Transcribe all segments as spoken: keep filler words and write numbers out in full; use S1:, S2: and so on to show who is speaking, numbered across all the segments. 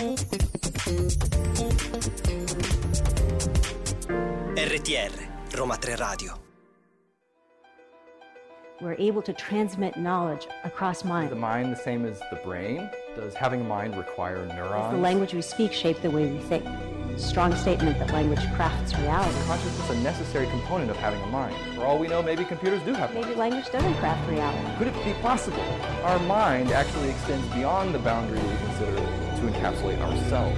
S1: R T R, Roma tre Radio.
S2: We're able to transmit knowledge across mind.
S3: Is the mind the same as the brain? Does having a mind require neurons?
S2: Does the language we speak shape the way we think? Strong statement that language crafts reality.
S3: Consciousness is a necessary component of having a mind. For all we know, maybe computers do have one.
S2: Maybe language doesn't craft reality.
S3: Could it be possible? Our mind actually extends beyond the boundary we consider to encapsulate ourselves.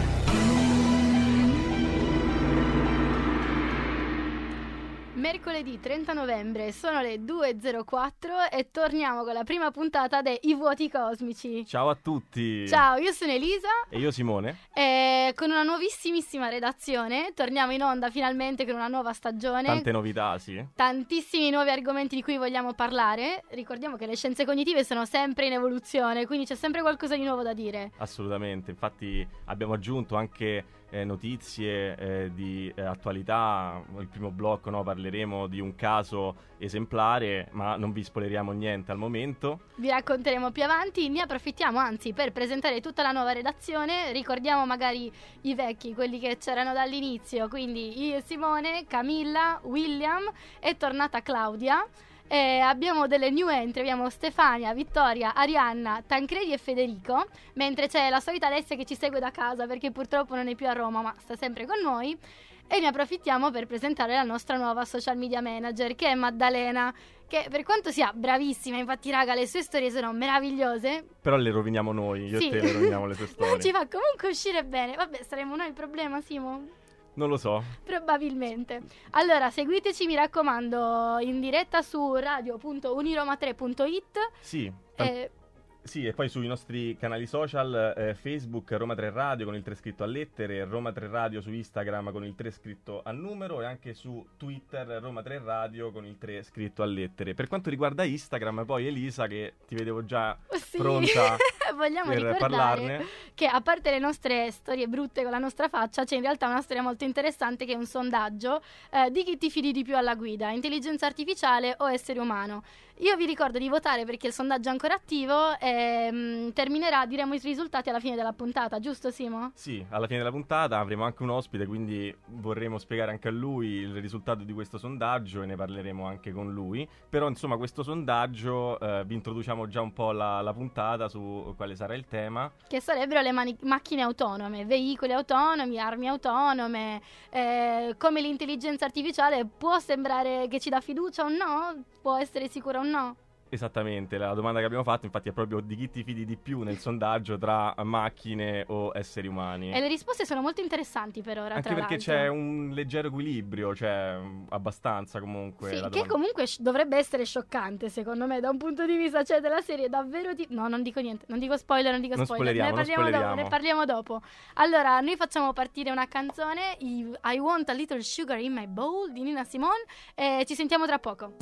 S4: Mercoledì trenta novembre, sono le due e zero quattro e torniamo con la prima puntata dei I Vuoti Cosmici.
S5: Ciao a tutti!
S4: Ciao, io sono Elisa.
S5: E io Simone.
S4: E con una nuovissimissima redazione torniamo in onda finalmente con una nuova stagione.
S5: Tante novità, sì.
S4: Tantissimi nuovi argomenti di cui vogliamo parlare. Ricordiamo che le scienze cognitive sono sempre in evoluzione, quindi c'è sempre qualcosa di nuovo da dire.
S5: Assolutamente, infatti abbiamo aggiunto anche eh, notizie eh, di eh, attualità. Il primo blocco, no, parleremo di un caso esemplare, ma non vi spoileriamo niente al momento.
S4: Vi racconteremo più avanti, ne approfittiamo anzi per presentare tutta la nuova redazione. Ricordiamo magari i vecchi, quelli che c'erano dall'inizio, quindi io e Simone, Camilla, William, è tornata Claudia. E abbiamo delle new entry, abbiamo Stefania, Vittoria, Arianna, Tancredi e Federico, mentre c'è la solita Alessia che ci segue da casa perché purtroppo non è più a Roma ma sta sempre con noi. E ne approfittiamo per presentare la nostra nuova social media manager, che è Maddalena, che per quanto sia bravissima, infatti raga le sue storie sono meravigliose,
S5: però le roviniamo noi, io
S4: sì.
S5: e te le roviniamo le sue storie.
S4: Non ci fa comunque uscire bene. Vabbè, saremo noi il problema, Simo?
S5: Non lo so.
S4: Probabilmente. Allora, seguiteci, mi raccomando, in diretta su radio punto uniroma tre punto it.
S5: Sì. Tant-
S4: eh,
S5: Sì, e poi sui nostri canali social, eh, Facebook Roma tre Radio con il tre scritto a lettere, Roma tre Radio su Instagram con il tre scritto a numero e anche su Twitter Roma tre Radio con il tre scritto a lettere. Per quanto riguarda Instagram, poi Elisa, che ti vedevo già
S4: sì.
S5: pronta
S4: Vogliamo
S5: per
S4: ricordare
S5: parlarne,
S4: che a parte le nostre storie brutte con la nostra faccia, c'è in realtà una storia molto interessante che è un sondaggio eh, di chi ti fidi di più alla guida, intelligenza artificiale o essere umano. Io vi ricordo di votare perché il sondaggio è ancora attivo e mh, terminerà, diremo i risultati alla fine della puntata, giusto Simo?
S5: Sì, alla fine della puntata avremo anche un ospite, quindi vorremmo spiegare anche a lui il risultato di questo sondaggio e ne parleremo anche con lui. Però insomma questo sondaggio, eh, vi introduciamo già un po' la, la puntata su quale sarà il tema. Che
S4: sarebbero le mani- macchine autonome, veicoli autonomi, armi autonome, eh, come l'intelligenza artificiale può sembrare che ci dà fiducia o no? Può essere sicura o no?
S5: Esattamente, la domanda che abbiamo fatto infatti è proprio di chi ti fidi di più nel sondaggio tra macchine o esseri umani.
S4: E le risposte sono molto interessanti per ora,
S5: anche
S4: tra
S5: perché
S4: l'altro.
S5: c'è un leggero equilibrio, cioè abbastanza comunque.
S4: Sì,
S5: la
S4: che
S5: domanda.
S4: comunque sh- dovrebbe essere scioccante secondo me da un punto di vista, cioè della serie davvero di... No, non dico niente, non dico spoiler, non dico
S5: non
S4: spoiler, ne parliamo,
S5: non
S4: dopo, ne parliamo dopo. Allora, noi facciamo partire una canzone, i I Want a Little Sugar in My Bowl di Nina Simone, e ci sentiamo tra poco.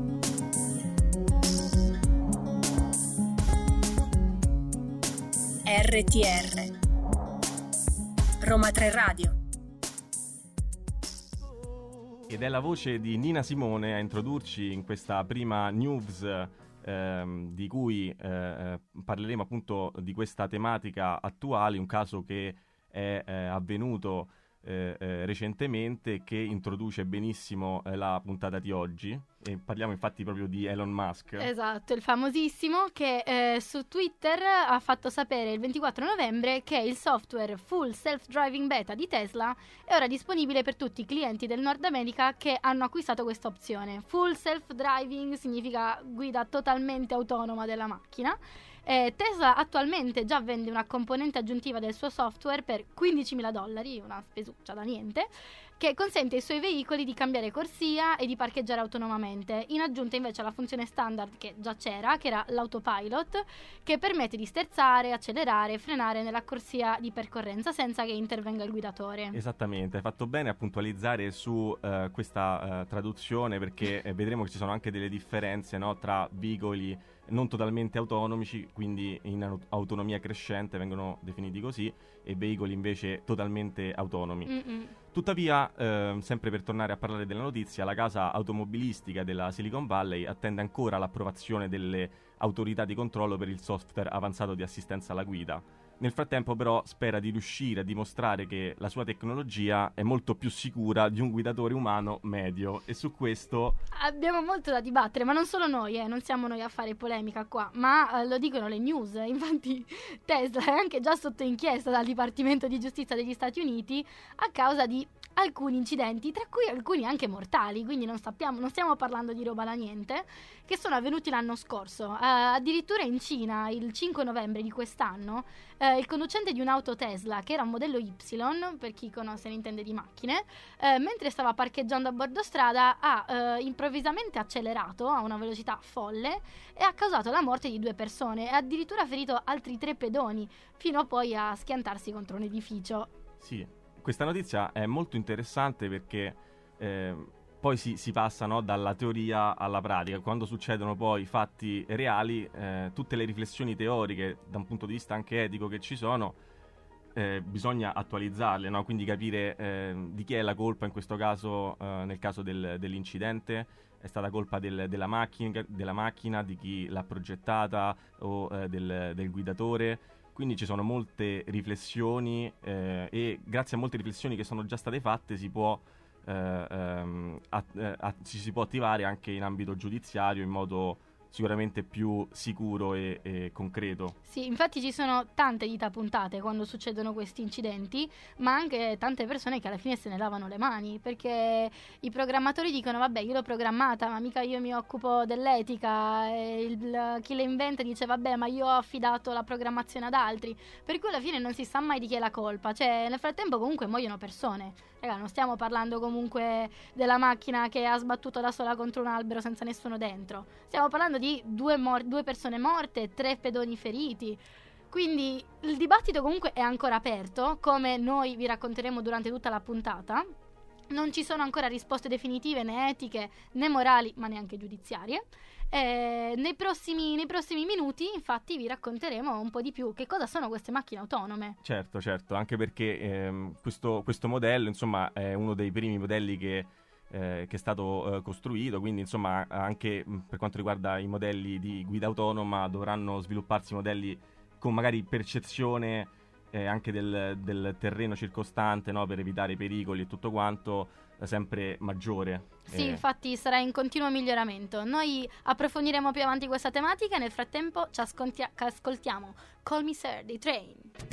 S6: R T R Roma tre Radio.
S5: Ed è la voce di Nina Simone a introdurci in questa prima news ehm, di cui eh, parleremo appunto di questa tematica attuale, un caso che è eh, avvenuto eh, eh, recentemente, che introduce benissimo eh, la puntata di oggi. E parliamo infatti proprio di Elon Musk.
S4: Esatto, il famosissimo che eh, su Twitter ha fatto sapere il ventiquattro novembre che il software Full Self-Driving Beta di Tesla è ora disponibile per tutti i clienti del Nord America che hanno acquistato questa opzione. Full Self-Driving significa guida totalmente autonoma della macchina. Eh, Tesla attualmente già vende una componente aggiuntiva del suo software per quindicimila dollari, una spesuccia da niente, che consente ai suoi veicoli di cambiare corsia e di parcheggiare autonomamente, in aggiunta invece alla funzione standard che già c'era, che era l'autopilot, che permette di sterzare, accelerare e frenare nella corsia di percorrenza senza che intervenga il guidatore.
S5: Esattamente, hai fatatu bene a puntualizzare su uh, questa uh, traduzione, perché eh, vedremo che ci sono anche delle differenze, no, tra veicoli non totalmente autonomici, quindi in au- autonomia crescente vengono definiti così, e veicoli invece totalmente autonomi.
S4: Mm-mm.
S5: Tuttavia, eh, sempre per tornare a parlare della notizia, la casa automobilistica della Silicon Valley attende ancora l'approvazione delle autorità di controllo per il software avanzato di assistenza alla guida. Nel frattempo però spera di riuscire a dimostrare che la sua tecnologia è molto più sicura di un guidatore umano medio, e su questo
S4: abbiamo molto da dibattere, ma non solo noi, eh, non siamo noi a fare polemica qua, ma eh, lo dicono le news. Infatti Tesla è anche già sotto inchiesta dal Dipartimento di Giustizia degli Stati Uniti a causa di alcuni incidenti, tra cui alcuni anche mortali, quindi non sappiamo, non stiamo parlando di roba da niente, che sono avvenuti l'anno scorso. Uh, addirittura in Cina, il cinque novembre di quest'anno, uh, il conducente di un'auto Tesla, che era un modello Y, per chi conosce, se ne intende di macchine, uh, mentre stava parcheggiando a bordo strada, ha uh, improvvisamente accelerato a una velocità folle e ha causato la morte di due persone e addirittura ferito altri tre pedoni, fino poi a schiantarsi contro un edificio.
S5: Sì, questa notizia è molto interessante perché eh, poi si, si passa, no, dalla teoria alla pratica. Quando succedono poi fatti reali, eh, tutte le riflessioni teoriche da un punto di vista anche etico che ci sono, eh, bisogna attualizzarle, no? Quindi capire eh, di chi è la colpa in questo caso, eh, nel caso del, dell'incidente. È stata colpa del, della, macchina, della macchina, di chi l'ha progettata o eh, del, del guidatore. Quindi ci sono molte riflessioni eh, e grazie a molte riflessioni che sono già state fatte si può, eh, ehm, at- eh, at- ci si può attivare anche in ambito giudiziario in modo sicuramente più sicuro e, e concreto.
S4: Sì, infatti ci sono tante dita puntate quando succedono questi incidenti, ma anche tante persone che alla fine se ne lavano le mani, perché i programmatori dicono vabbè, io l'ho programmata, ma mica io mi occupo dell'etica, e il, chi le inventa dice vabbè, ma io ho affidato la programmazione ad altri, per cui alla fine non si sa mai di chi è la colpa. Cioè, nel frattempo comunque muoiono persone. Raga, non stiamo parlando comunque della macchina che ha sbattuto da sola contro un albero senza nessuno dentro. Stiamo parlando di due, mor- due persone morte, tre pedoni feriti. Quindi il dibattito comunque è ancora aperto, come noi vi racconteremo durante tutta la puntata. Non ci sono ancora risposte definitive né etiche né morali, ma neanche giudiziarie. Eh, nei, prossimi, nei prossimi minuti infatti vi racconteremo un po' di più che cosa sono queste macchine autonome.
S5: Certo, certo, anche perché ehm, questo, questo modello insomma è uno dei primi modelli che, eh, che è stato eh, costruito, quindi insomma anche mh, per quanto riguarda i modelli di guida autonoma dovranno svilupparsi modelli con magari percezione eh, anche del, del terreno circostante, no, per evitare i pericoli e tutto quanto, eh, sempre maggiore.
S4: Sì,
S5: eh.
S4: infatti sarà in continuo miglioramento. Noi approfondiremo più avanti questa tematica e nel frattempo ci ascoltia- ascoltiamo Call Me Sir dei Train.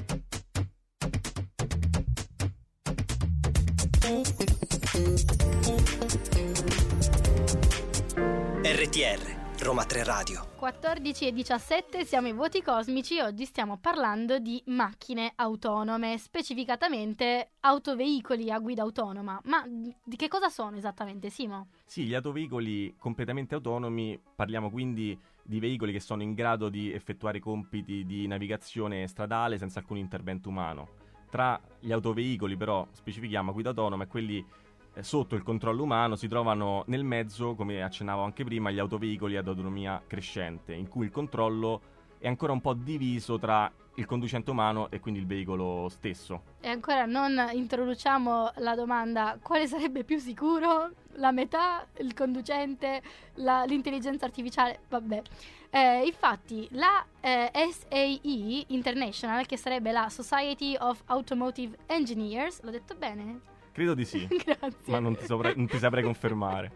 S1: R T R Roma tre Radio.
S4: quattordici e diciassette, siamo ai Voti Cosmici. Oggi stiamo parlando di macchine autonome, specificatamente autoveicoli a guida autonoma. Ma di che cosa sono esattamente, Simo?
S5: Sì, gli autoveicoli completamente autonomi, parliamo quindi di veicoli che sono in grado di effettuare compiti di navigazione stradale senza alcun intervento umano. Tra gli autoveicoli però specifichiamo a guida autonoma e quelli sotto il controllo umano si trovano nel mezzo, come accennavo anche prima, gli autoveicoli ad autonomia crescente, in cui il controllo è ancora un po' diviso tra il conducente umano e quindi il veicolo stesso.
S4: E ancora non introduciamo la domanda: quale sarebbe più sicuro? La metà, il conducente, la, l'intelligenza artificiale? Vabbè. Eh, infatti la eh, S A E International, che sarebbe la Society of Automotive Engineers, l'ho detto bene?
S5: Credo di sì.
S4: Grazie.
S5: Ma non ti, saprei, non ti saprei confermare.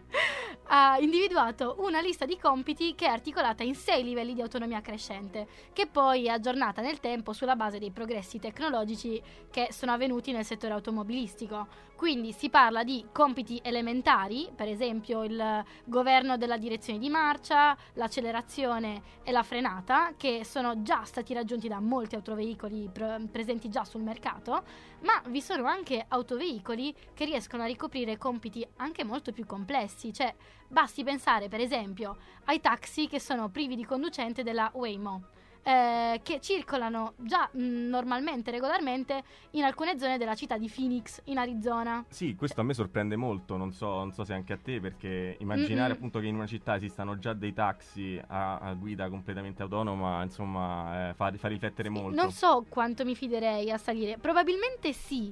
S4: Ha individuato una lista di compiti che è articolata in sei livelli di autonomia crescente, che poi è aggiornata nel tempo sulla base dei progressi tecnologici che sono avvenuti nel settore automobilistico. Quindi si parla di compiti elementari, per esempio il governo della direzione di marcia, l'accelerazione e la frenata, che sono già stati raggiunti da molti autoveicoli pre- presenti già sul mercato, ma vi sono anche autoveicoli che riescono a ricoprire compiti anche molto più complessi. Cioè, basti pensare per esempio ai taxi che sono privi di conducente della Waymo, eh, che circolano già mh, normalmente, regolarmente in alcune zone della città di Phoenix in Arizona.
S5: Sì, questo a me sorprende molto, non so, non so se anche a te, perché immaginare Mm-mm. appunto che in una città esistano già dei taxi a, a guida completamente autonoma, insomma, eh, fa, fa riflettere molto.
S4: Non so quanto mi fiderei a salire, probabilmente sì,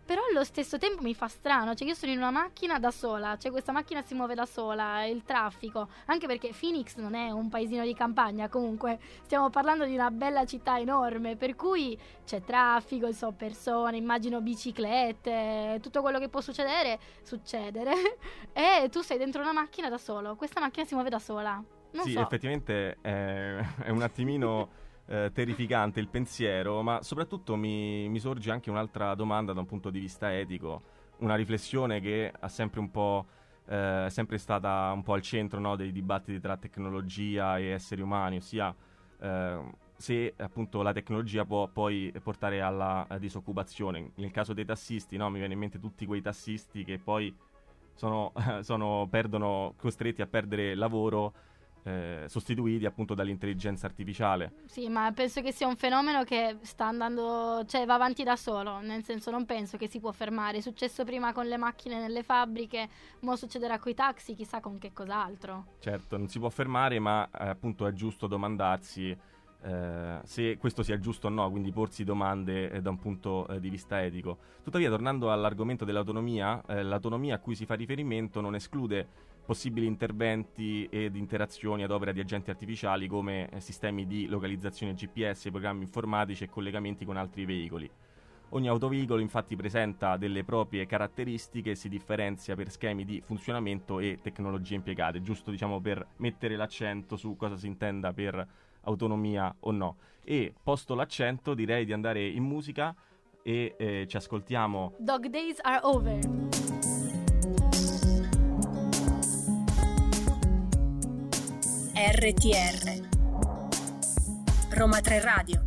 S4: però allo stesso tempo mi fa strano, cioè io sono in una macchina da sola, cioè questa macchina si muove da sola, il traffico, anche perché Phoenix non è un paesino di campagna, comunque stiamo parlando di una bella città enorme, per cui c'è traffico, so, persone, immagino biciclette, tutto quello che può succedere, succedere, e tu sei dentro una macchina da solo, questa macchina si muove da sola. Non
S5: sì,
S4: so.
S5: effettivamente è, è un attimino eh, terrificante il pensiero, ma soprattutto mi, mi sorge anche un'altra domanda da un punto di vista etico, una riflessione che ha sempre un po' eh, è sempre stata un po' al centro, no, dei dibattiti tra tecnologia e esseri umani, ossia eh, se appunto la tecnologia può poi portare alla disoccupazione. Nel caso dei tassisti, no, mi viene in mente tutti quei tassisti che poi sono, sono perdono costretti a perdere lavoro, Eh, sostituiti appunto dall'intelligenza artificiale.
S4: Sì, ma penso che sia un fenomeno che sta andando, cioè va avanti da solo, nel senso non penso che si può fermare. È successo prima con le macchine nelle fabbriche, mo succederà con i taxi, chissà con che cos'altro.
S5: Certo, non si può fermare, ma eh, appunto è giusto domandarsi eh, se questo sia giusto o no, quindi porsi domande eh, da un punto eh, di vista etico. Tuttavia, tornando all'argomento dell'autonomia, eh, l'autonomia a cui si fa riferimento non esclude possibili interventi ed interazioni ad opera di agenti artificiali come eh, sistemi di localizzazione G P S, programmi informatici e collegamenti con altri veicoli. Ogni autoveicolo infatti presenta delle proprie caratteristiche e si differenzia per schemi di funzionamento e tecnologie impiegate, giusto diciamo per mettere l'accento su cosa si intenda per autonomia o no. E posto l'accento direi di andare in musica e eh, ci ascoltiamo
S4: Dog Days Are Over.
S6: R T R Roma tre Radio.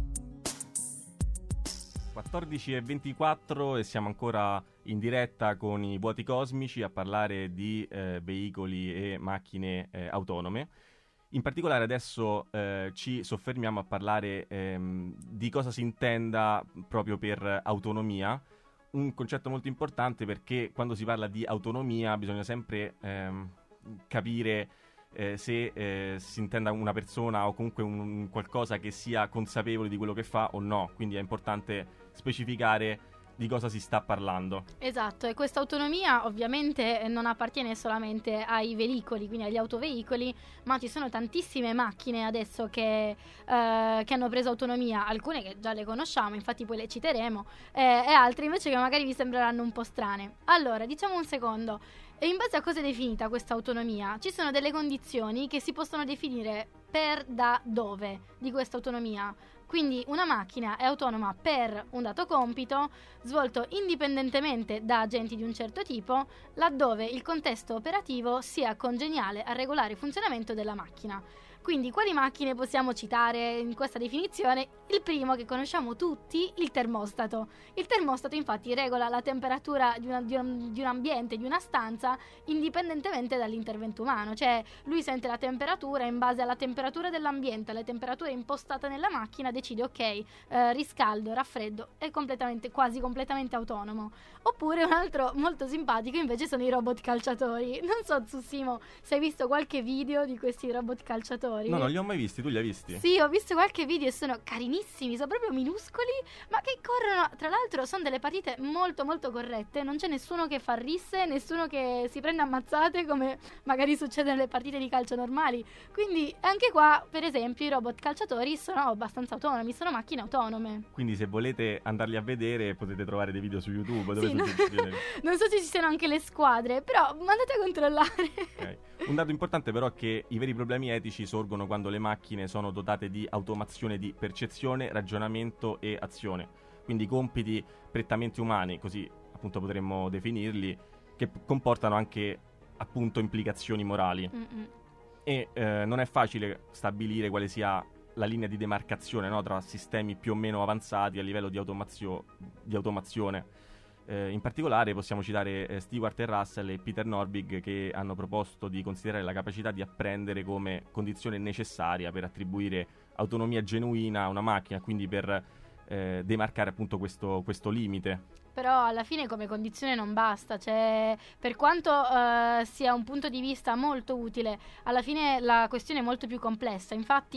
S5: quattordici e ventiquattro e siamo ancora in diretta con i Vuoti Cosmici a parlare di eh, veicoli e macchine eh, autonome. In particolare adesso eh, ci soffermiamo a parlare ehm, di cosa si intenda proprio per autonomia, un concetto molto importante perché quando si parla di autonomia bisogna sempre ehm, capire Eh, se eh, si intenda una persona o comunque un, un qualcosa che sia consapevole di quello che fa o no, quindi è importante specificare di cosa si sta parlando.
S4: Esatto, e questa autonomia ovviamente non appartiene solamente ai veicoli, quindi agli autoveicoli, ma ci sono tantissime macchine adesso che, eh, che hanno preso autonomia, alcune che già le conosciamo, infatti poi le citeremo, eh, e altre invece che magari vi sembreranno un po' strane. Allora, diciamo un secondo. E in base a cosa è definita questa autonomia? Ci sono delle condizioni che si possono definire per da dove di questa autonomia. Quindi una macchina è autonoma per un dato compito svolto indipendentemente da agenti di un certo tipo, laddove il contesto operativo sia congeniale al regolare funzionamento della macchina. Quindi quali macchine possiamo citare in questa definizione? Il primo che conosciamo tutti, il termostato. Il termostato infatti regola la temperatura di, una, di, un, di un ambiente, di una stanza, indipendentemente dall'intervento umano. Cioè lui sente la temperatura e in base alla temperatura dell'ambiente, alla temperatura impostata nella macchina, decide ok, eh, riscaldo, raffreddo, è completamente, quasi completamente autonomo. Oppure un altro molto simpatico invece sono i robot calciatori. Non so Tsussimo se hai visto qualche video di questi robot calciatori.
S5: No, non li ho mai visti, tu li hai visti?
S4: Sì, ho visto qualche video e sono carinissimi, sono proprio minuscoli, ma che corrono. Tra l'altro sono delle partite molto molto corrette, non c'è nessuno che fa risse, nessuno che si prende ammazzate come magari succede nelle partite di calcio normali. Quindi anche qua, per esempio, i robot calciatori sono abbastanza autonomi, sono macchine autonome.
S5: Quindi se volete andarli a vedere potete trovare dei video su YouTube dove
S4: Sì, no?
S5: succede.
S4: Non so se ci siano anche le squadre, però andate a controllare.
S5: Okay. Un dato importante però è che i veri problemi etici sorgono quando le macchine sono dotate di automazione di percezione, ragionamento e azione, quindi compiti prettamente umani, così appunto potremmo definirli, che p- comportano anche appunto implicazioni morali.
S4: Mm-mm.
S5: E eh, non è facile stabilire quale sia la linea di demarcazione, no, tra sistemi più o meno avanzati a livello di, automazio- di automazione. Eh, in particolare possiamo citare eh, Stewart e Russell e Peter Norvig, che hanno proposto di considerare la capacità di apprendere come condizione necessaria per attribuire autonomia genuina a una macchina, quindi per eh, demarcare appunto questo, questo limite.
S4: Però alla fine come condizione non basta, cioè per quanto uh, sia un punto di vista molto utile, alla fine la questione è molto più complessa. Infatti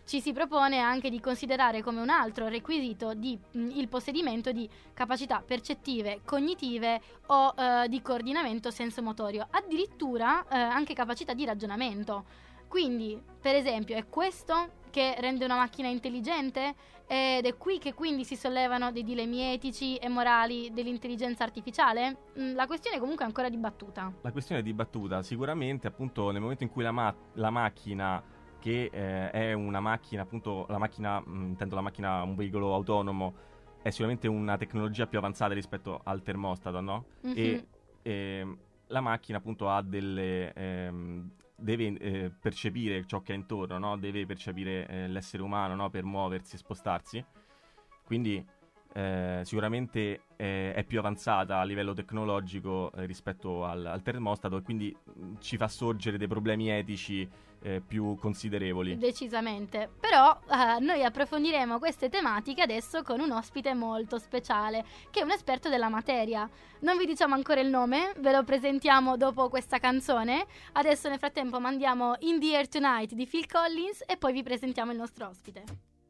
S4: ci si propone anche di considerare come un altro requisito di, mh, il possedimento di capacità percettive, cognitive o eh, di coordinamento sensomotorio, addirittura eh, anche capacità di ragionamento. Quindi, per esempio, è questo che rende una macchina intelligente? Ed è qui che quindi si sollevano dei dilemmi etici e morali dell'intelligenza artificiale? Mm, la questione comunque è ancora dibattuta.
S5: La questione è dibattuta, sicuramente appunto nel momento in cui la, ma- la macchina, che eh, è una macchina, appunto la macchina, mh, intendo la macchina, un veicolo autonomo, è sicuramente una tecnologia più avanzata rispetto al termostato, no? Mm-hmm. E, e la macchina appunto ha delle... Ehm, deve eh, percepire ciò che è intorno, no? Deve percepire eh, l'essere umano, no? Per muoversi e spostarsi. Quindi eh, sicuramente eh, è più avanzata a livello tecnologico eh, rispetto al, al termostato, e quindi mh, ci fa sorgere dei problemi etici eh, più considerevoli.
S4: Decisamente. Però eh, noi approfondiremo queste tematiche adesso con un ospite molto speciale, che è un esperto della materia. Non vi diciamo ancora il nome, ve lo presentiamo dopo questa canzone. Adesso nel frattempo mandiamo In the Air Tonight di Phil Collins e poi vi presentiamo il nostro ospite.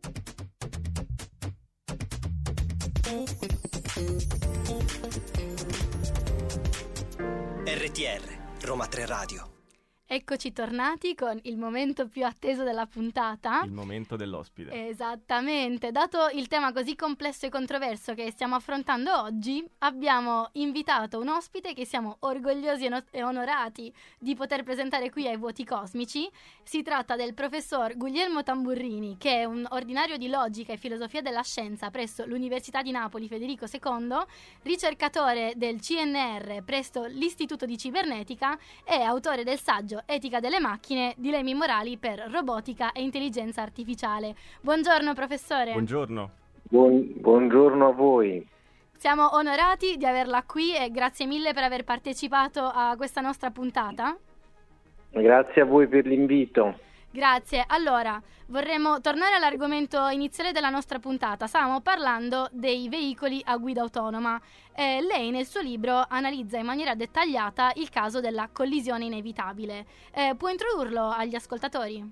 S1: R T R, Roma tre Radio.
S4: Eccoci tornati con il momento più atteso della puntata.
S5: Il momento dell'ospite.
S4: Esattamente. Dato il tema così complesso e controverso che stiamo affrontando oggi, abbiamo invitato un ospite che siamo orgogliosi e, no- e onorati di poter presentare qui ai Vuoti Cosmici. Si tratta del professor Guglielmo Tamburrini, che è un ordinario di logica e filosofia della scienza presso l'Università di Napoli Federico secondo, ricercatore del C N R presso l'Istituto di Cibernetica e autore del saggio Etica delle macchine, dilemmi morali per robotica e intelligenza artificiale. Buongiorno professore.
S5: Buongiorno.
S7: Buon, buongiorno a voi.
S4: Siamo onorati di averla qui e grazie mille per aver partecipato a questa nostra puntata.
S7: Grazie a voi per l'invito.
S4: Grazie. Allora, vorremmo tornare all'argomento iniziale della nostra puntata. Stavamo parlando dei veicoli a guida autonoma. Eh, lei nel suo libro analizza in maniera dettagliata il caso della collisione inevitabile. Eh, può introdurlo agli ascoltatori?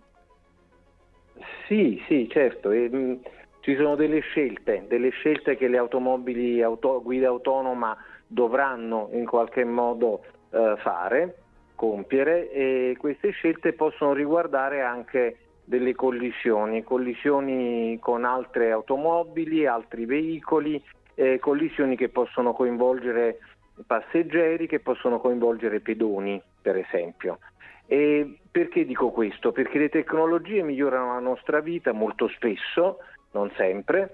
S7: Sì, sì, certo. E, mh, ci sono delle scelte, delle scelte che le automobili auto, a guida autonoma dovranno in qualche modo eh, fare, compiere, e queste scelte possono riguardare anche delle collisioni, collisioni con altre automobili, altri veicoli, eh, collisioni che possono coinvolgere passeggeri, che possono coinvolgere pedoni, per esempio. E perché dico questo? Perché le tecnologie migliorano la nostra vita molto spesso, non sempre,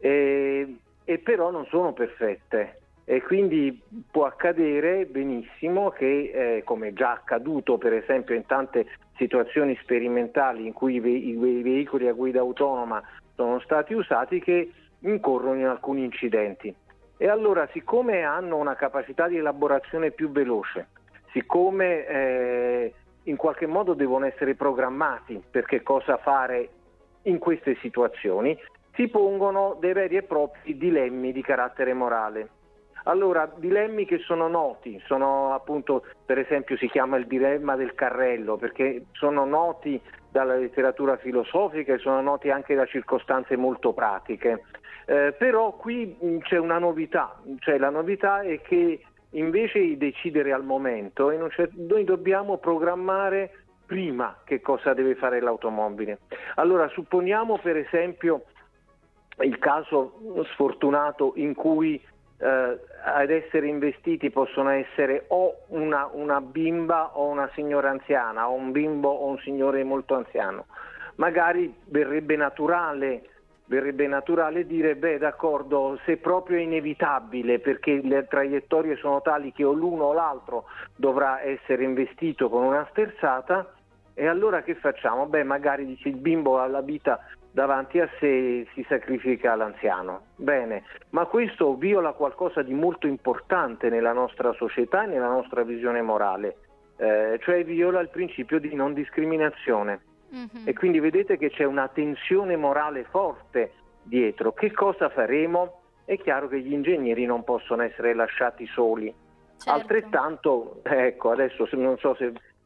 S7: e, e però non sono perfette. E quindi può accadere benissimo che, eh, come già accaduto per esempio in tante situazioni sperimentali in cui i, ve- i ve- veicoli a guida autonoma sono stati usati, che incorrono in alcuni incidenti. E allora, siccome hanno una capacità di elaborazione più veloce, siccome eh, in qualche modo devono essere programmati per che cosa fare in queste situazioni, si pongono dei veri e propri dilemmi di carattere morale. Allora, dilemmi che sono noti, sono appunto, per esempio si chiama il dilemma del carrello, perché sono noti dalla letteratura filosofica e sono noti anche da circostanze molto pratiche. Eh, però qui mh, c'è una novità, cioè la novità è che invece di decidere al momento, e non c'è, noi dobbiamo programmare prima che cosa deve fare l'automobile. Allora, supponiamo per esempio il caso sfortunato in cui Uh, ad essere investiti possono essere o una, una bimba o una signora anziana, o un bimbo o un signore molto anziano. Magari verrebbe naturale, verrebbe naturale dire, beh d'accordo, se proprio è inevitabile perché le traiettorie sono tali che o l'uno o l'altro dovrà essere investito con una sterzata, e allora che facciamo? Beh, magari dice il bimbo ha la vita davanti a sé, si sacrifica l'anziano. Bene, ma questo viola qualcosa di molto importante nella nostra società e nella nostra visione morale, eh, cioè viola il principio di non discriminazione. Mm-hmm. E quindi vedete che c'è una tensione morale forte dietro. Che cosa faremo? È chiaro che gli ingegneri non possono essere lasciati soli. Certo. Altrettanto, ecco, adesso non so se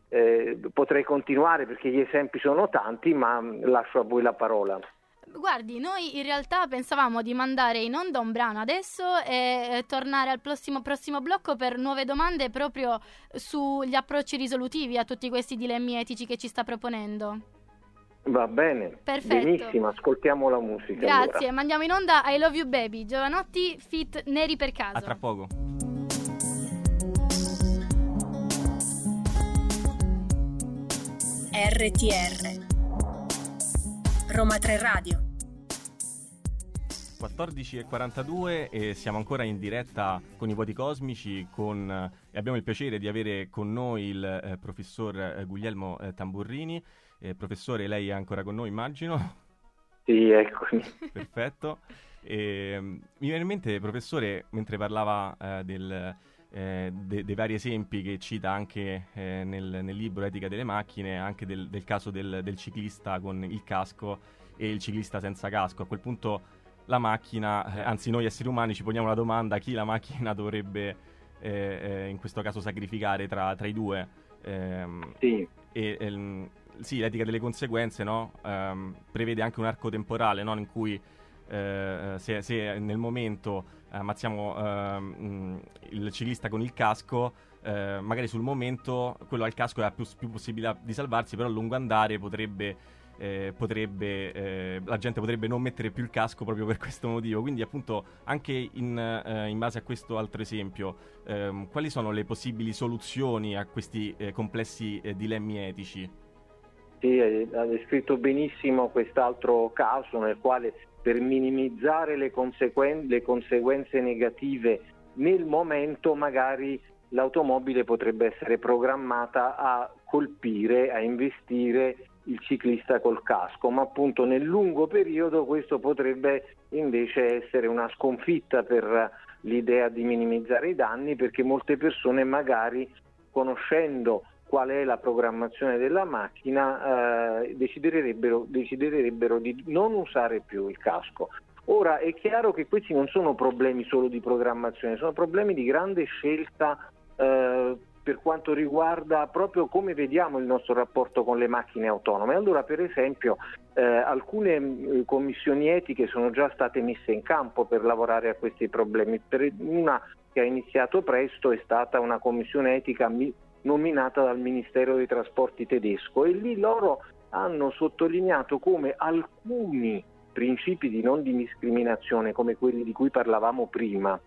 S7: eh, potrei continuare perché gli esempi sono tanti, ma lascio a voi la parola.
S4: Guardi, noi in realtà pensavamo di mandare in onda un brano adesso e eh, tornare al prossimo, prossimo blocco per nuove domande proprio sugli approcci risolutivi a tutti questi dilemmi etici che ci sta proponendo.
S7: Va bene,
S4: perfetto,
S7: benissimo, ascoltiamo la musica.
S4: Grazie,
S7: allora.
S4: Mandiamo in onda I Love You Baby, Giovanotti feat. Neri per caso.
S5: A tra poco.
S6: R T R Roma tre Radio.
S5: quattordici e quarantadue e siamo ancora in diretta con i Vuoti Cosmici con, eh, e abbiamo il piacere di avere con noi il eh, professor eh, Guglielmo eh, Tamburrini. Eh, professore, lei è ancora con noi, immagino?
S7: Sì, eccomi.
S5: Perfetto. E, mi viene in mente, professore, mentre parlava eh, del, eh, de, dei vari esempi che cita anche eh, nel, nel libro Etica delle macchine, anche del, del caso del, del ciclista con il casco e il ciclista senza casco. A quel punto la macchina, eh, anzi noi esseri umani ci poniamo la domanda chi la macchina dovrebbe eh, eh, in questo caso sacrificare tra, tra i due. Ehm,
S7: sì.
S5: E, e, sì, l'etica delle conseguenze, no? Ehm, prevede anche un arco temporale, no? In cui eh, se, se nel momento ammazziamo ehm, il ciclista con il casco, eh, magari sul momento quello al casco ha più, più possibilità di salvarsi, però a lungo andare potrebbe Eh, potrebbe eh, la gente potrebbe non mettere più il casco proprio per questo motivo. Quindi appunto anche in, eh, in base a questo altro esempio, ehm, quali sono le possibili soluzioni a questi eh, complessi eh, dilemmi etici?
S7: Sì, ha descritto benissimo quest'altro caso nel quale per minimizzare le, consequen- le conseguenze negative nel momento magari l'automobile potrebbe essere programmata a colpire, a investire il ciclista col casco, ma appunto nel lungo periodo questo potrebbe invece essere una sconfitta per l'idea di minimizzare i danni, perché molte persone magari, conoscendo qual è la programmazione della macchina, eh, desidererebbero, desidererebbero di non usare più il casco. Ora è chiaro che questi non sono problemi solo di programmazione, sono problemi di grande scelta eh, per quanto riguarda proprio come vediamo il nostro rapporto con le macchine autonome. Allora, per esempio, eh, alcune eh, commissioni etiche sono già state messe in campo per lavorare a questi problemi. Per una che ha iniziato presto è stata una commissione etica mi- nominata dal Ministero dei Trasporti tedesco, e lì loro hanno sottolineato come alcuni principi di non discriminazione, come quelli di cui parlavamo prima,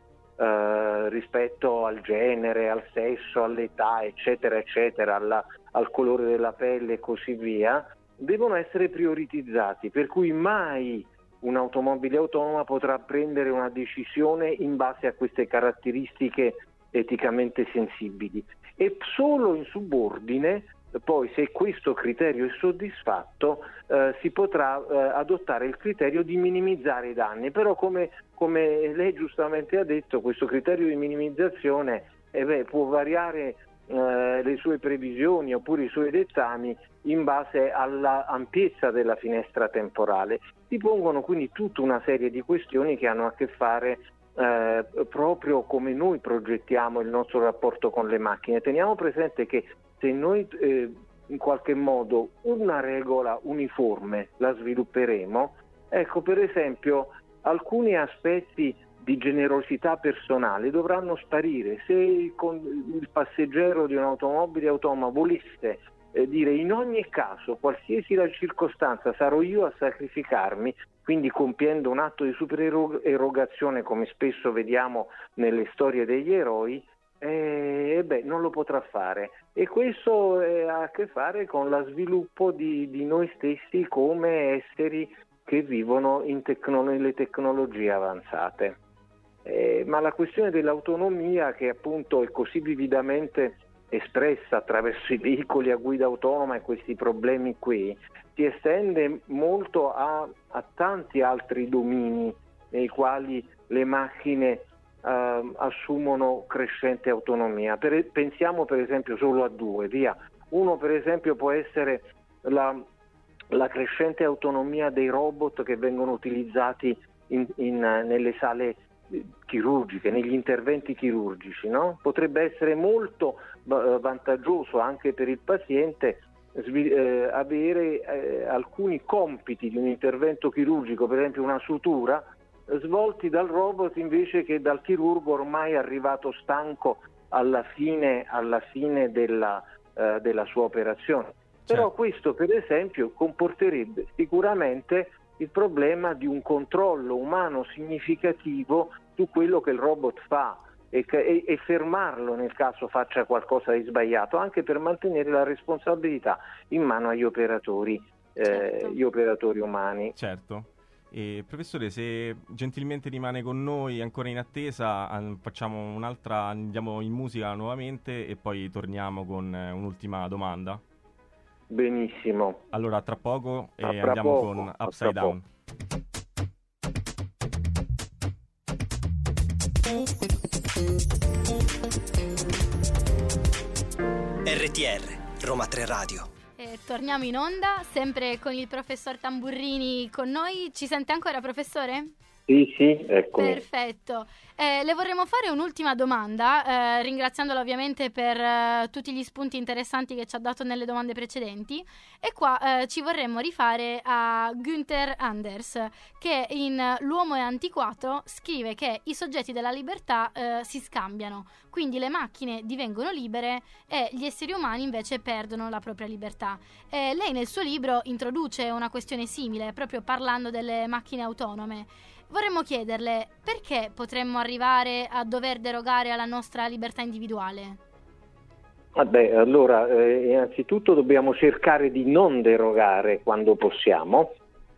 S7: Uh, rispetto al genere, al sesso, all'età, eccetera, eccetera, alla, al colore della pelle e così via, devono essere prioritizzati, per cui mai un'automobile autonoma potrà prendere una decisione in base a queste caratteristiche eticamente sensibili, e solo in subordine, poi, se questo criterio è soddisfatto, eh, si potrà eh, adottare il criterio di minimizzare i danni. Però, come, come lei giustamente ha detto, questo criterio di minimizzazione eh beh, può variare eh, le sue previsioni oppure i suoi dettami in base alla ampiezza della finestra temporale. Si pongono quindi tutta una serie di questioni che hanno a che fare eh, proprio come noi progettiamo il nostro rapporto con le macchine. Teniamo presente che se noi eh, in qualche modo una regola uniforme la svilupperemo, ecco, per esempio alcuni aspetti di generosità personale dovranno sparire. Se il, il passeggero di un'automobile autonoma volesse eh, dire in ogni caso, qualsiasi la circostanza, sarò io a sacrificarmi, quindi compiendo un atto di supererogazione come spesso vediamo nelle storie degli eroi, Eh, beh, non lo potrà fare, e questo eh, ha a che fare con lo sviluppo di, di noi stessi come esseri che vivono in tecno- nelle tecnologie avanzate. Eh, ma la questione dell'autonomia, che appunto è così vividamente espressa attraverso i veicoli a guida autonoma e questi problemi qui, si estende molto a, a tanti altri domini nei quali le macchine Uh, assumono crescente autonomia. Per, pensiamo per esempio solo a due, via. Uno per esempio può essere la, la crescente autonomia dei robot che vengono utilizzati in, in, nelle sale chirurgiche, negli interventi chirurgici, no? Potrebbe essere molto vantaggioso anche per il paziente eh, avere eh, alcuni compiti di un intervento chirurgico, per esempio una sutura, svolti dal robot invece che dal chirurgo ormai arrivato stanco alla fine, alla fine della, eh, della sua operazione. Però certo. Questo per esempio comporterebbe sicuramente il problema di un controllo umano significativo su quello che il robot fa e, e, e fermarlo nel caso faccia qualcosa di sbagliato, anche per mantenere la responsabilità in mano agli operatori, eh, certo. gli operatori umani.
S5: Certo. E, professore, se gentilmente rimane con noi ancora in attesa, facciamo un'altra, andiamo in musica nuovamente e poi torniamo con eh, un'ultima domanda.
S7: Benissimo.
S5: Allora, tra poco e
S7: tra
S5: andiamo
S7: poco,
S5: con Upside Down.
S1: R T R, Roma tre Radio.
S4: E torniamo in onda, sempre con il professor Tamburrini con noi. Ci sente ancora, professore?
S7: Sì, sì, ecco.
S4: Perfetto. Eh, le vorremmo fare un'ultima domanda, eh, ringraziandola ovviamente per eh, tutti gli spunti interessanti che ci ha dato nelle domande precedenti. E qua eh, ci vorremmo rifare a Günther Anders, che in L'uomo è antiquato scrive che i soggetti della libertà eh, si scambiano, quindi le macchine divengono libere e gli esseri umani invece perdono la propria libertà. E lei nel suo libro introduce una questione simile, proprio parlando delle macchine autonome. Vorremmo chiederle perché potremmo arrivare a dover derogare alla nostra libertà individuale?
S7: Vabbè, allora, eh, innanzitutto dobbiamo cercare di non derogare quando possiamo.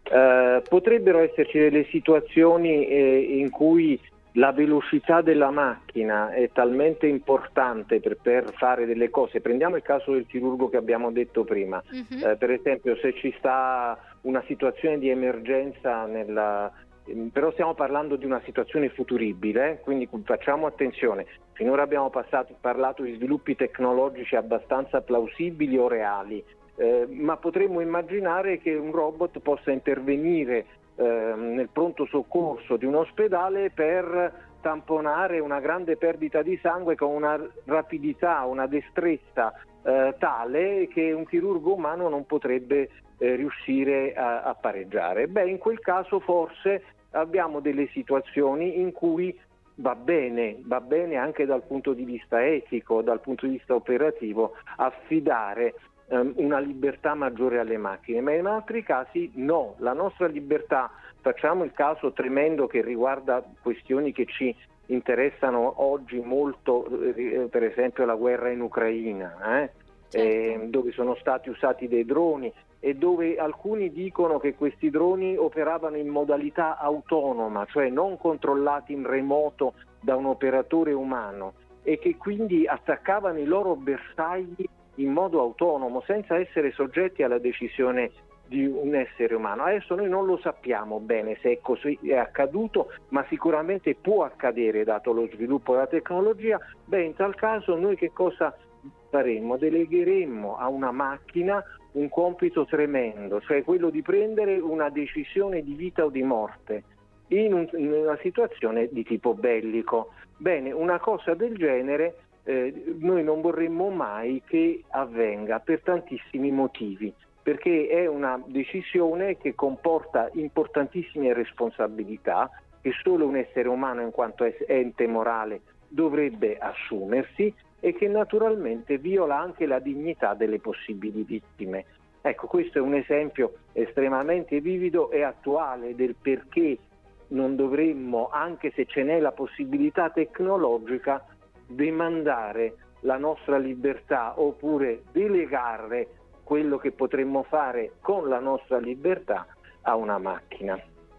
S7: Eh, potrebbero esserci delle situazioni eh, in cui la velocità della macchina è talmente importante per, per fare delle cose. Prendiamo il caso del chirurgo che abbiamo detto prima. Uh-huh. Eh, per esempio, se ci sta una situazione di emergenza nella... Però stiamo parlando di una situazione futuribile, quindi facciamo attenzione. Finora abbiamo passato, parlato di sviluppi tecnologici abbastanza plausibili o reali, eh, ma potremmo immaginare che un robot possa intervenire eh, nel pronto soccorso di un ospedale per tamponare una grande perdita di sangue con una rapidità, una destrezza eh, tale che un chirurgo umano non potrebbe eh, riuscire a, a pareggiare. Beh, in quel caso forse abbiamo delle situazioni in cui va bene, va bene anche dal punto di vista etico, dal punto di vista operativo, affidare um, una libertà maggiore alle macchine, ma in altri casi no. La nostra libertà, facciamo il caso tremendo che riguarda questioni che ci interessano oggi molto, eh, per esempio la guerra in Ucraina, eh? Certo. Eh, dove sono stati usati dei droni e dove alcuni dicono che questi droni operavano in modalità autonoma, cioè non controllati in remoto da un operatore umano, e che quindi attaccavano i loro bersagli in modo autonomo, senza essere soggetti alla decisione di un essere umano. Adesso noi non lo sappiamo bene se è così, è accaduto, ma sicuramente può accadere dato lo sviluppo della tecnologia. Beh, in tal caso noi che cosa faremmo? Delegheremmo a una macchina un compito tremendo, cioè quello di prendere una decisione di vita o di morte in, un, in una situazione di tipo bellico. Bene, una cosa del genere eh, noi non vorremmo mai che avvenga per tantissimi motivi, perché è una decisione che comporta importantissime responsabilità che solo un essere umano in quanto ente morale dovrebbe assumersi e che naturalmente viola anche la dignità delle possibili vittime. Ecco, questo è un esempio estremamente vivido e attuale del perché non dovremmo, anche se ce n'è la possibilità tecnologica, demandare la nostra libertà oppure delegare quello che potremmo fare con la nostra libertà a una macchina.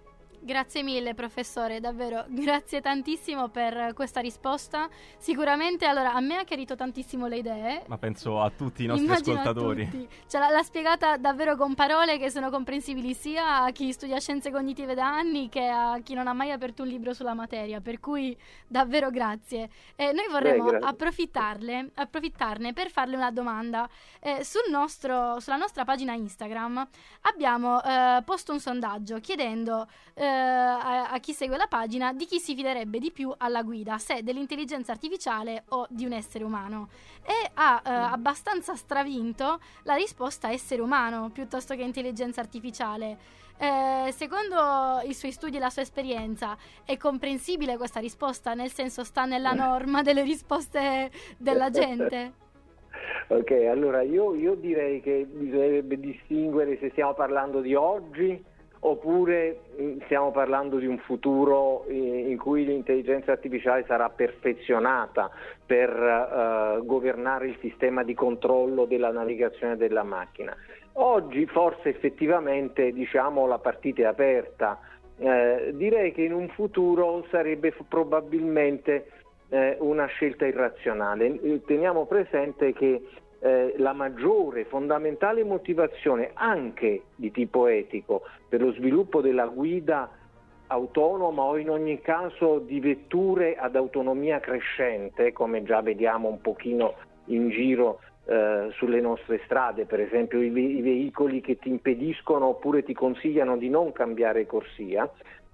S4: Grazie mille professore, davvero, grazie tantissimo per questa risposta. Sicuramente, allora, a me ha chiarito tantissimo le idee.
S5: Ma penso a tutti i nostri
S4: Immagino
S5: ascoltatori.
S4: A tutti. Cioè, l'ha, l'ha spiegata davvero con parole che sono comprensibili sia a chi studia scienze cognitive da anni che a chi non ha mai aperto un libro sulla materia, per cui davvero grazie. E noi vorremmo
S7: Beh,
S4: approfittarle, approfittarne per farle una domanda. Eh, sul nostro, sulla nostra pagina Instagram abbiamo eh, posto un sondaggio chiedendo eh, a, a chi segue la pagina di chi si fiderebbe di più alla guida, se dell'intelligenza artificiale o di un essere umano, e ha eh, abbastanza stravinto la risposta essere umano piuttosto che intelligenza artificiale. Eh, secondo i suoi studi e la sua esperienza è comprensibile questa risposta, nel senso sta nella norma delle risposte della gente?
S7: Ok, allora io, io direi che bisognerebbe distinguere se stiamo parlando di oggi oppure stiamo parlando di un futuro in cui l'intelligenza artificiale sarà perfezionata per uh, governare il sistema di controllo della navigazione della macchina. Oggi forse effettivamente, diciamo, la partita è aperta. Eh, direi che in un futuro sarebbe f- probabilmente eh, una scelta irrazionale. Teniamo presente che eh, la maggiore, fondamentale motivazione, anche di tipo etico, per lo sviluppo della guida autonoma o in ogni caso di vetture ad autonomia crescente, come già vediamo un pochino in giro eh, sulle nostre strade, per esempio i, ve- i veicoli che ti impediscono oppure ti consigliano di non cambiare corsia.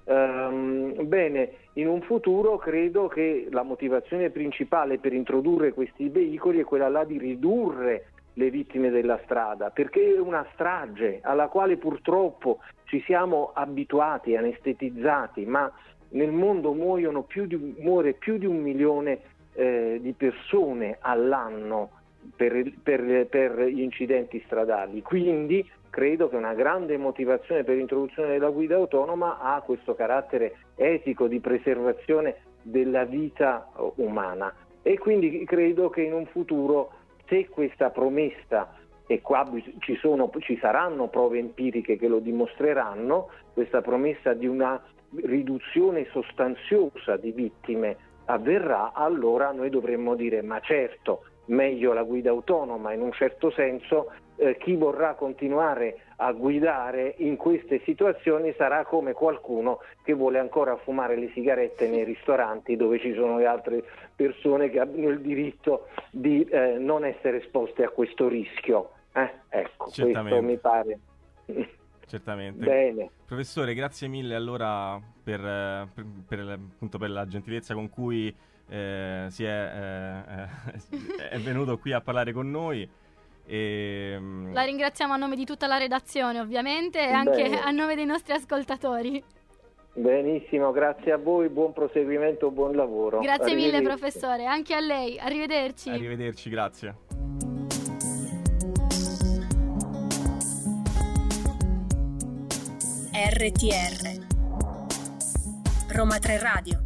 S7: Um, bene, in un futuro credo che la motivazione principale per introdurre questi veicoli è quella là di ridurre le vittime della strada, perché è una strage alla quale purtroppo ci siamo abituati, anestetizzati, ma nel mondo muoiono più di, muore più di un milione eh, di persone all'anno per, per, per gli incidenti stradali. Quindi credo che una grande motivazione per l'introduzione della guida autonoma ha questo carattere etico di preservazione della vita umana, e quindi credo che in un futuro, se questa promessa, e qua ci, sono, ci saranno prove empiriche che lo dimostreranno, questa promessa di una riduzione sostanziosa di vittime avverrà, allora noi dovremmo dire: ma certo, meglio la guida autonoma. In un certo senso eh, chi vorrà continuare a guidare in queste situazioni sarà come qualcuno che vuole ancora fumare le sigarette nei ristoranti dove ci sono le altre persone che hanno il diritto di eh, non essere esposte a questo rischio. Eh? Ecco, questo mi pare.
S5: Certamente.
S7: Bene.
S5: Professore, grazie mille allora per, per, per, appunto, per la gentilezza con cui eh, si è, eh, è venuto qui a parlare con noi. E...
S4: La ringraziamo a nome di tutta la redazione, ovviamente, e anche Bene. a nome dei nostri ascoltatori.
S7: Benissimo, grazie a voi, buon proseguimento, buon lavoro.
S4: Grazie mille professore, anche a lei, arrivederci.
S5: Arrivederci, grazie.
S6: R T R Roma tre Radio.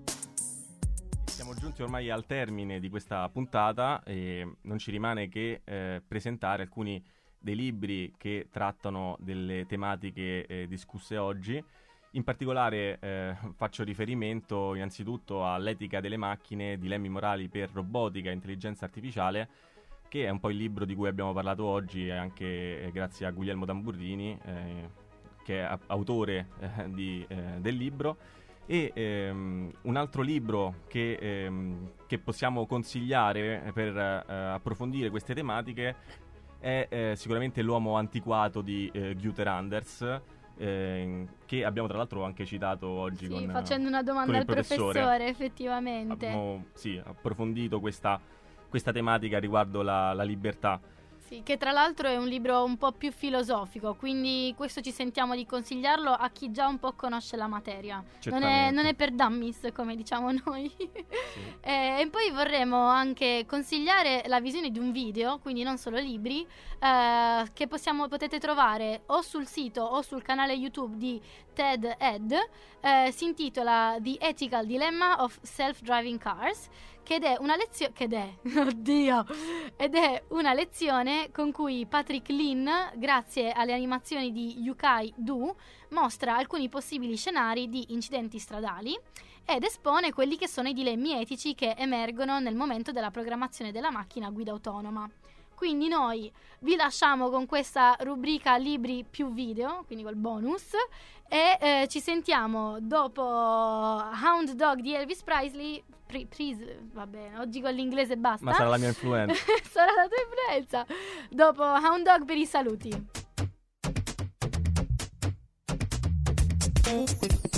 S5: Siamo giunti ormai al termine di questa puntata e non ci rimane che eh, presentare alcuni dei libri che trattano delle tematiche eh, discusse oggi. In particolare eh, faccio riferimento innanzitutto all'etica delle macchine, dilemmi morali per robotica e intelligenza artificiale, che è un po' il libro di cui abbiamo parlato oggi, anche eh, grazie a Guglielmo Tamburrini, eh, che è autore eh, di, eh, del libro. E ehm, un altro libro che, ehm, che possiamo consigliare per eh, approfondire queste tematiche è eh, sicuramente L'uomo antiquato di eh, Günther Anders, eh, che abbiamo tra l'altro anche citato oggi, sì, con,
S4: facendo una domanda al professore. professore effettivamente
S5: abbiamo sì, approfondito questa, questa tematica riguardo la, la libertà.
S4: Sì, che tra l'altro è un libro un po' più filosofico, quindi questo ci sentiamo di consigliarlo a chi già un po' conosce la materia. Non è, non è per dummies, come diciamo noi. Sì. eh, e poi vorremmo anche consigliare la visione di un video, quindi non solo libri, eh, che possiamo, potete trovare o sul sito o sul canale YouTube di TED Ed. Eh, si intitola The Ethical Dilemma of Self-Driving Cars, che è una lezione che è oddio ed è una lezione con cui Patrick Lin, grazie alle animazioni di Yukai Du, mostra alcuni possibili scenari di incidenti stradali ed espone quelli che sono i dilemmi etici che emergono nel momento della programmazione della macchina a guida autonoma. Quindi noi vi lasciamo con questa rubrica libri più video, quindi col bonus, e eh, ci sentiamo dopo Hound Dog di Elvis Presley. Pre- Please, va bene, oggi con l'inglese basta.
S5: Ma sarà la mia influenza.
S4: Sarà la tua influenza. Dopo Hound Dog per i saluti.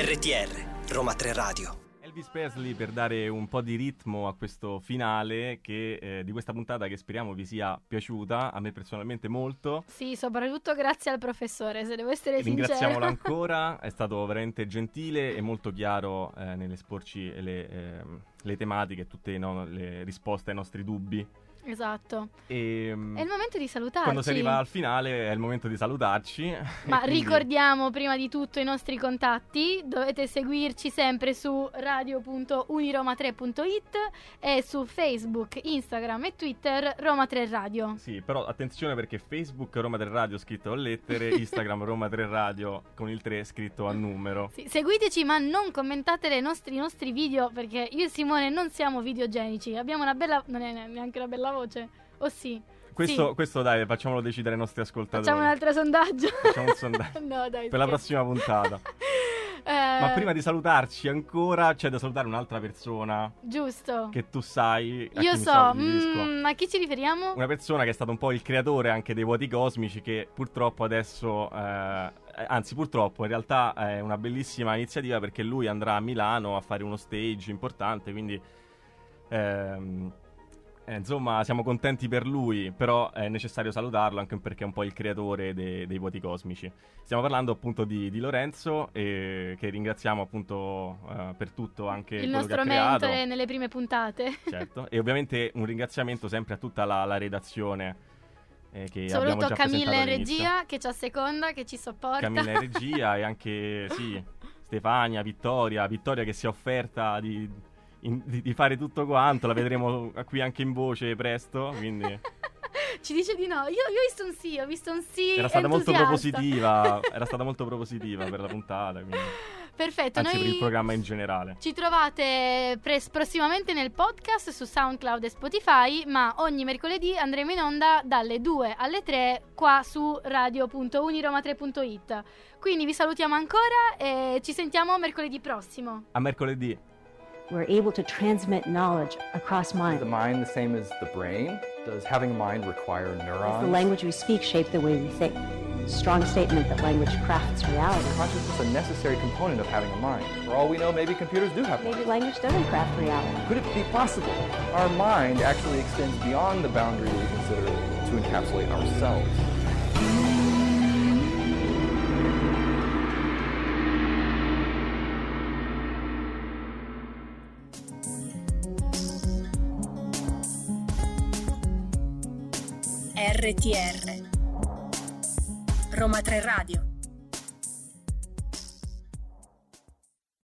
S1: R T R, Roma tre Radio.
S5: Elvis Presley, per dare un po' di ritmo a questo finale che, eh, di questa puntata, che speriamo vi sia piaciuta, a me personalmente molto.
S4: Sì, soprattutto grazie al professore, se devo essere sincera.
S5: Ringraziamolo ancora, è stato veramente gentile e molto chiaro eh, nell'esporci le, eh, le tematiche, tutte no, le risposte ai nostri dubbi.
S4: Esatto.
S5: E,
S4: è il momento di salutarci.
S5: Quando si arriva al finale è il momento di salutarci.
S4: Ma
S5: quindi...
S4: ricordiamo prima di tutto i nostri contatti. Dovete seguirci sempre su radio punto uniroma tre punto it e su Facebook, Instagram e Twitter Roma tre Radio.
S5: Sì, però attenzione, perché Facebook Roma tre Radio scritto a lettere, Instagram Roma tre Radio con il tre scritto a numero.
S4: Sì, seguiteci, ma non commentate le nostri, i nostri video, perché io e Simone non siamo videogenici. Abbiamo una bella... non è neanche una bella voce, o oh, sì?
S5: Questo,
S4: sì.
S5: questo dai, facciamolo decidere ai nostri ascoltatori.
S4: Facciamo un altro sondaggio.
S5: Facciamo un sondaggio
S4: no, dai,
S5: per la prossima puntata.
S4: eh...
S5: Ma prima di salutarci ancora c'è da salutare un'altra persona.
S4: Giusto.
S5: Che tu sai. A
S4: Io
S5: chi
S4: so, mm, a chi ci riferiamo?
S5: Una persona che è stato un po' il creatore anche dei Vuoti Cosmici, che purtroppo adesso, eh, anzi purtroppo in realtà è una bellissima iniziativa, perché lui andrà a Milano a fare uno stage importante, quindi... Ehm, Eh, insomma, siamo contenti per lui, però è necessario salutarlo anche perché è un po' il creatore de- dei Vuoti Cosmici. Stiamo parlando appunto di, di Lorenzo, e che ringraziamo appunto uh, per tutto, anche
S4: il
S5: quello
S4: nostro
S5: che ha creato.
S4: mentore nelle prime puntate.
S5: Certo, e ovviamente un ringraziamento sempre a tutta la, la redazione, eh, che abbiamo
S4: soprattutto
S5: già
S4: Camilla in
S5: all'inizio.
S4: regia, che ci asseconda, che ci sopporta.
S5: Camilla in regia e anche, sì, Stefania, Vittoria, Vittoria che si è offerta di... In, di, di fare tutto quanto, la vedremo qui anche in voce presto, quindi
S4: ci dice di no. Io, io ho visto un sì, ho visto un sì
S5: era stata molto
S4: entusiasta.
S5: propositiva era stata molto propositiva per la puntata, quindi.
S4: Perfetto,
S5: anzi
S4: noi
S5: per il programma in generale.
S4: Ci trovate pres- prossimamente nel podcast su SoundCloud e Spotify, ma ogni mercoledì andremo in onda dalle due alle tre qua su radio punto uniroma tre punto it. Quindi vi salutiamo ancora e ci sentiamo mercoledì prossimo.
S5: A mercoledì.
S2: We're able to transmit knowledge across mind.
S3: Is the mind the same as the brain? Does having a mind require neurons?
S2: Does the language we speak shape the way we think? Strong statement that language crafts reality.
S3: Consciousness is a necessary component of having a mind. For all we know, maybe computers do have
S2: Maybe
S3: minds.
S2: language doesn't craft reality.
S3: Could it be possible? Our mind actually extends beyond the boundary we consider to encapsulate ourselves.
S6: R T R Roma tre Radio.